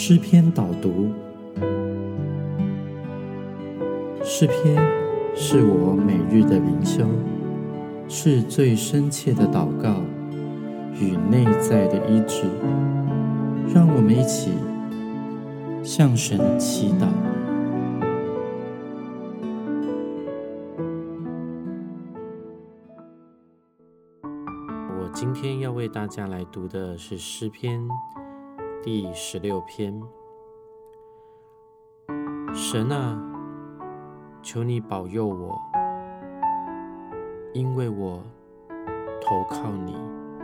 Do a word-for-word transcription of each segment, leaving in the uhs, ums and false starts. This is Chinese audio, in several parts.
诗篇导读。诗篇是我每日的灵修，是最深切的祷告与内在的医治。让我们一起向神祈祷。我今天要为大家来读的是诗篇第十六篇。神啊，求你保佑我，因为我投靠你。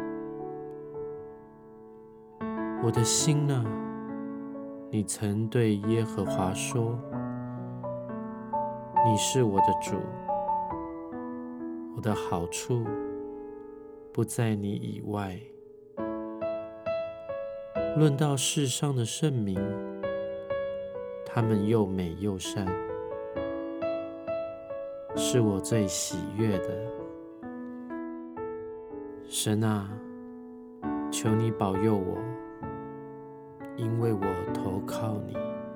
我的心啊，你曾对耶和华说，你是我的主，我的好处不在你以外。论到世上的圣民，他们又美又善，是我最喜悦的。神啊，求你保佑我，因为我投靠你。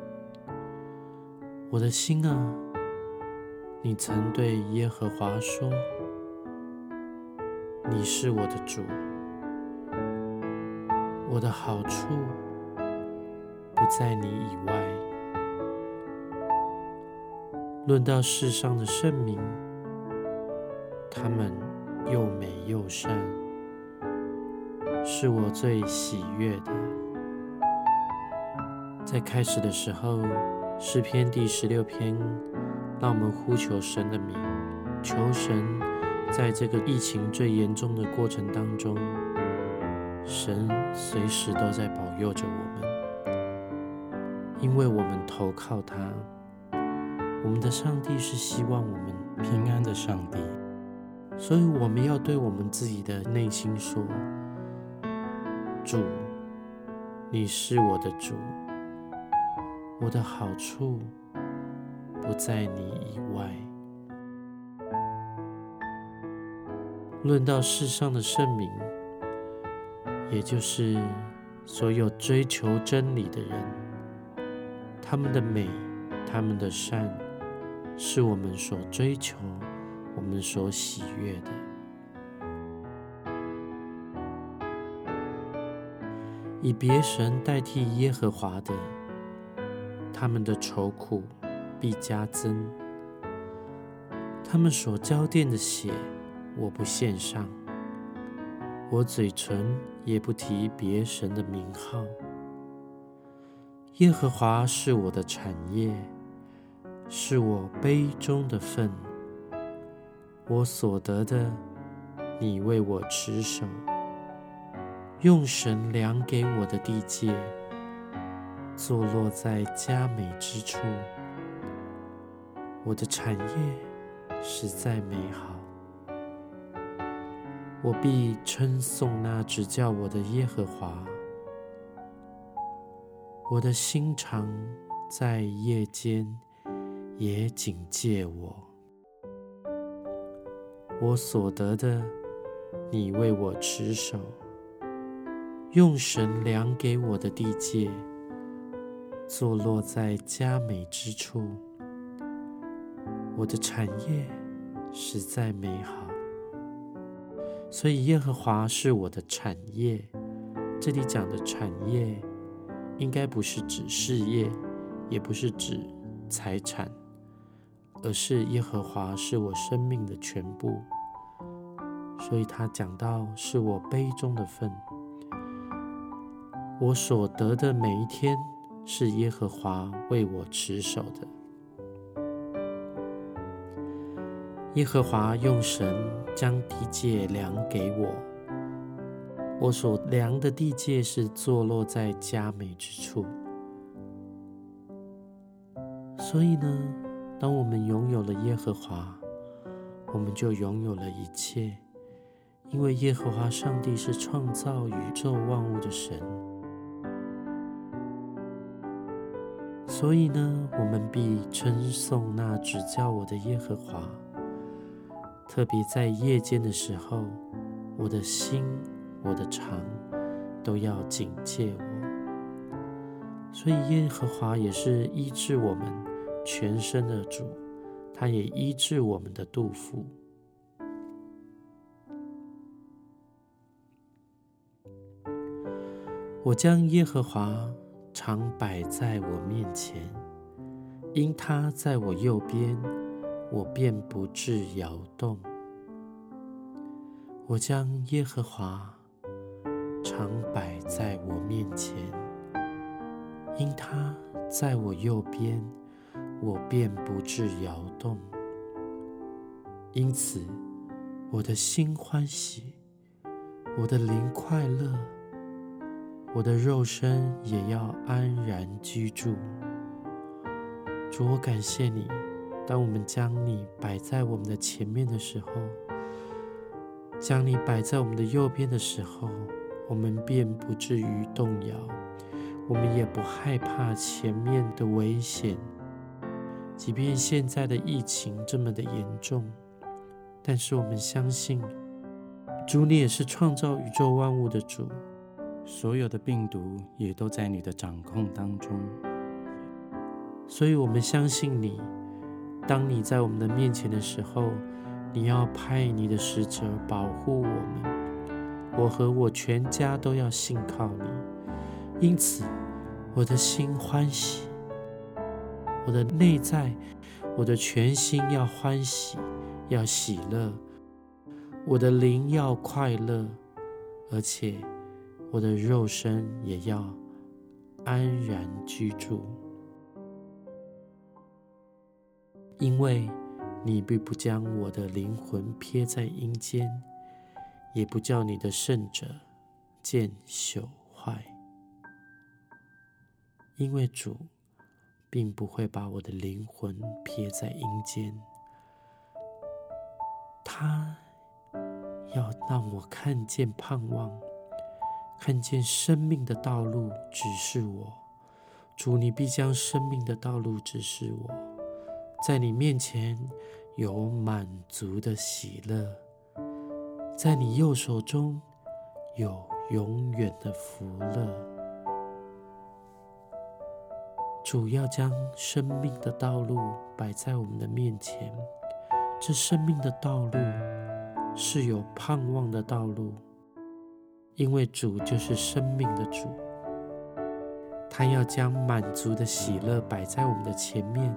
我的心啊，你曾对耶和华说，你是我的主，我的好处不在你以外。论到世上的圣民，他们又美又善，是我最喜悦的。在开始的时候，诗篇第十六篇让我们呼求神的名，求神在这个疫情最严重的过程当中，神随时都在保佑着我们，因为我们投靠他。我们的上帝是希望我们平安的上帝，所以我们要对我们自己的内心说，主，你是我的主，我的好处不在你以外。论到世上的圣民，也就是所有追求真理的人，他们的美，他们的善，是我们所追求，我们所喜悦的。以别神代替耶和华的，他们的愁苦必加增。他们所浇奠的血，我不献上，我嘴唇也不提别神的名号。耶和华是我的产业，是我杯中的分，我所得的，你为我持守。用神量给我的地界，坐落在佳美之处。我的产业实在美好，我必称颂那指教我的耶和华。我的心肠在夜间也警戒我，我所得的，你为我持守。用神量给我的地界，坐落在佳美之处。我的产业实在美好，所以耶和华是我的产业。这里讲的产业，应该不是指事业，也不是指财产，而是耶和华是我生命的全部。所以他讲到是我杯中的分，我所得的每一天是耶和华为我持守的。耶和华用神将地界量给我，我所量的地界是坐落在佳美之处。所以呢，当我们拥有了耶和华，我们就拥有了一切，因为耶和华上帝是创造宇宙万物的神。所以呢，我们必称颂那指教我的耶和华。特别在夜间的时候，我的心，我的肠都要警戒我。 所以耶和华也是医治我们全身的主，他也医治我们的肚腹。我将耶和华常摆在我面前，因他在我右边，我便不致摇动。我将耶和华常摆在我面前，因他在我右边，我便不致摇动。因此，我的心欢喜，我的灵快乐，我的肉身也要安然居住。主，我感谢你，当我们将你摆在我们的前面的时候，将你摆在我们的右边的时候，我们便不至于动摇，我们也不害怕前面的危险。即便现在的疫情这么的严重，但是我们相信，主你也是创造宇宙万物的主， 所有的病毒也都在你的掌控当中。 所以我们相信你，当你在我们的面前的时候，你要派你的使者保护我们，我和我全家都要信靠你。因此，我的心欢喜，我的内在，我的全心要欢喜，要喜乐，我的灵要快乐，而且我的肉身也要安然居住。因为你必不将我的灵魂撇在阴间，也不叫你的圣者见朽坏。因为主并不会把我的灵魂撇在阴间，他要让我看见盼望，看见生命的道路指示我。主，你必将生命的道路指示我，在你面前有满足的喜乐，在你右手中有永远的福乐。主要将生命的道路摆在我们的面前，这生命的道路是有盼望的道路，因为主就是生命的主，他要将满足的喜乐摆在我们的前面。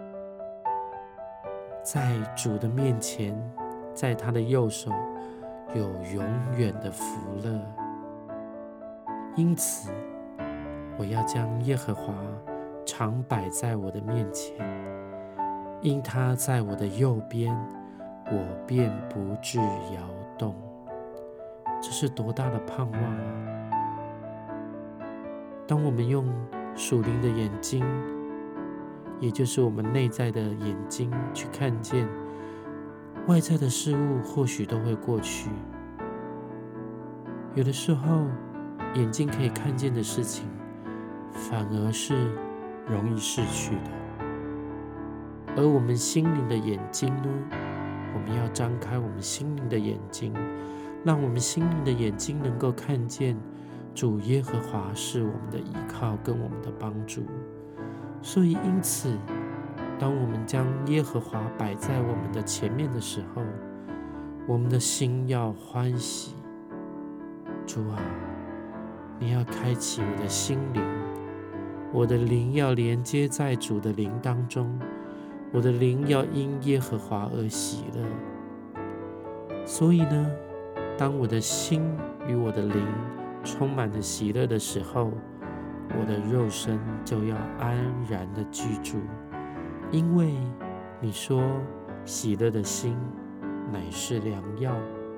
在主的面前，在他的右手有永远的福乐。因此，我要将耶和华常摆在我的面前，因他在我的右边，我便不致摇动。这是多大的盼望啊！当我们用属灵的眼睛，也就是我们内在的眼睛去看见外在的事物，或许都会过去。有的时候，眼睛可以看见的事情，反而是容易逝去的。 而我们心灵的眼睛呢？我们要张开我们心灵的眼睛，让我们心灵的眼睛能够看见主耶和华是我们的依靠跟我们的帮助。所以因此，当我们将耶和华摆在我们的前面的时候，我们的心要欢喜。主啊，你要开启我的心灵，我的灵要连接在主的灵当中，我的灵要因耶和华而喜乐。所以呢，当我的心与我的灵充满了喜乐的时候，我的肉身就要安然的居住。因为你说喜乐的心乃是良药。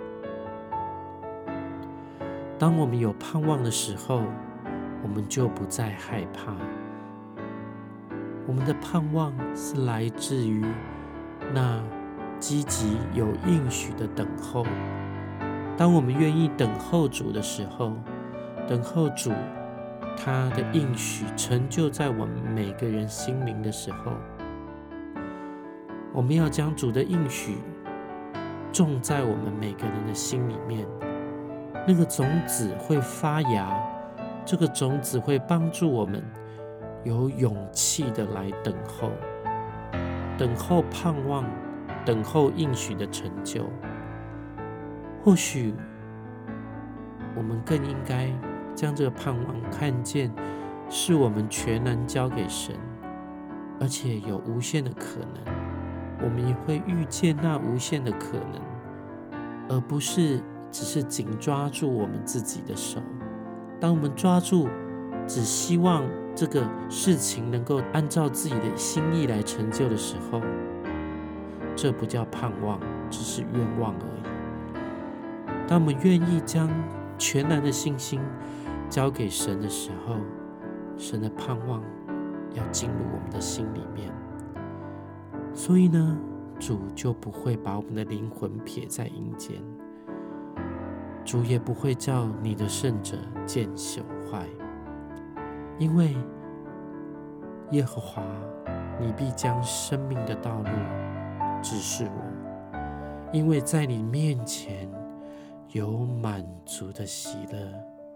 当我们有盼望的时候，我们就不再害怕。我们的盼望是来自于那积极有应许的等候。当我们愿意等候主的时候，等候主他的应许成就在我们每个人心灵的时候，我们要将主的应许种在我们每个人的心里面。那个种子会发芽，这个种子会帮助我们有勇气的来等候，等候盼望，等候应许的成就。或许我们更应该将这个盼望看见是我们全然交给神，而且有无限的可能，我们也会遇见那无限的可能，而不是只是紧抓住我们自己的手。当我们抓住只希望这个事情能够按照自己的心意来成就的时候，这不叫盼望，只是愿望而已。当我们愿意将全然的信心交给神的时候，神的盼望要进入我们的心里面。所以呢，主就不会把我们的灵魂撇在阴间，主也不会叫你的圣者见朽坏，因为耶和华，你必将生命的道路指示我，因为在你面前有满足的喜乐，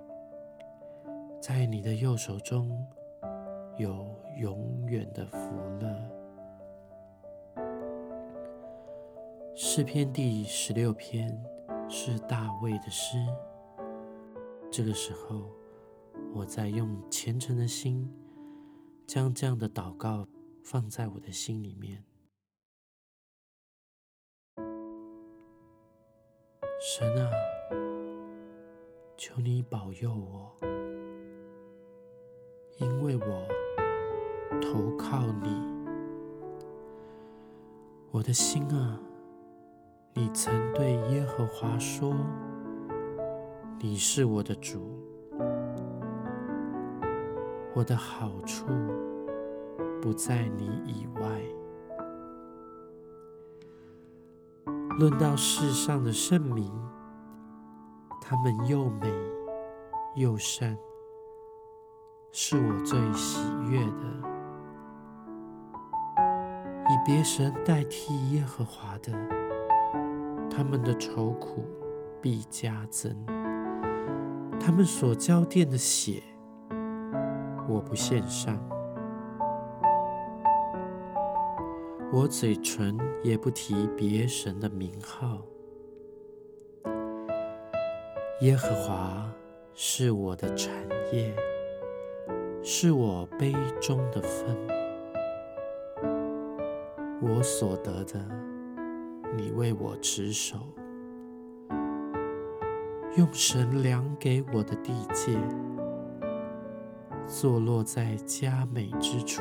在你的右手中有永远的福乐。诗篇第十六篇是大卫的诗，这个时候我在用虔诚的心将这样的祷告放在我的心里面。神啊，求你保佑我，因为我投靠你。我的心啊，你曾对耶和华说，你是我的主，我的好处不在你以外。论到世上的圣民，他们又美又善，是我最喜悦的。以别神代替耶和华的，他们的愁苦必加增。他们所浇奠的血，我不献上，我嘴唇也不提别神的名号。耶和华是我的产业，是我杯中的分。我所得的，你为我持守，用神量给我的地界，坐落在佳美之处。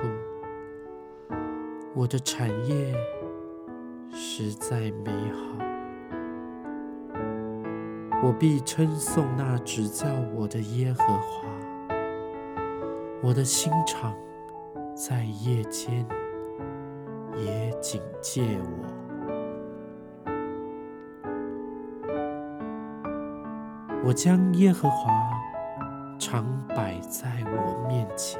我的产业实在美好，我必称颂那指教我的耶和华。我的心肠在夜间也警戒我。我将耶和华常摆在我面前，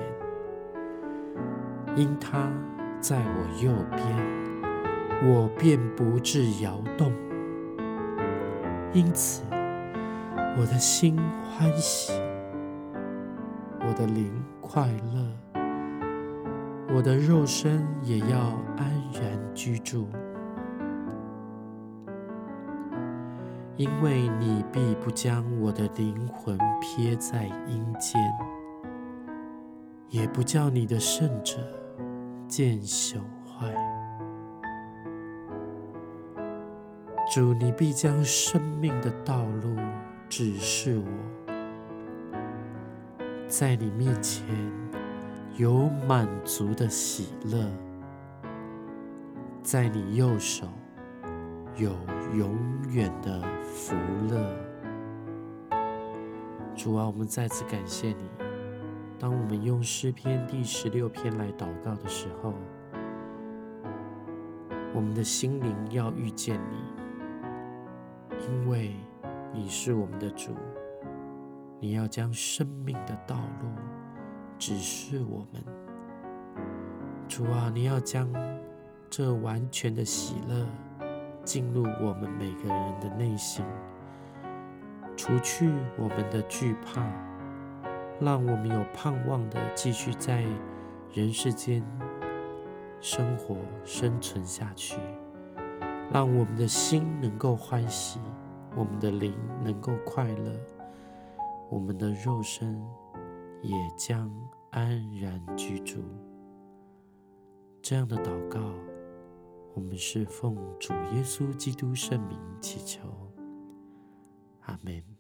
因他在我右边，我便不致摇动。因此我的心欢喜，我的灵快乐，我的肉身也要安然居住。因为你必不将我的灵魂撇在阴间，也不叫你的圣者见朽坏。主，你必将生命的道路指示我，在你面前有满足的喜乐，在你右手有永远的福乐。主啊，我们再次感谢你，当我们用诗篇第十六篇来祷告的时候，我们的心灵要遇见你，因为你是我们的主，你要将生命的道路指示我们。主啊，你要将这完全的喜乐进入我们每个人的内心，除去我们的惧怕，让我们有盼望的继续在人世间生活生存下去，让我们的心能够欢喜，我们的灵能够快乐，我们的肉身也将安然居住。这样的祷告，我们是奉主耶稣基督圣名祈求，阿们。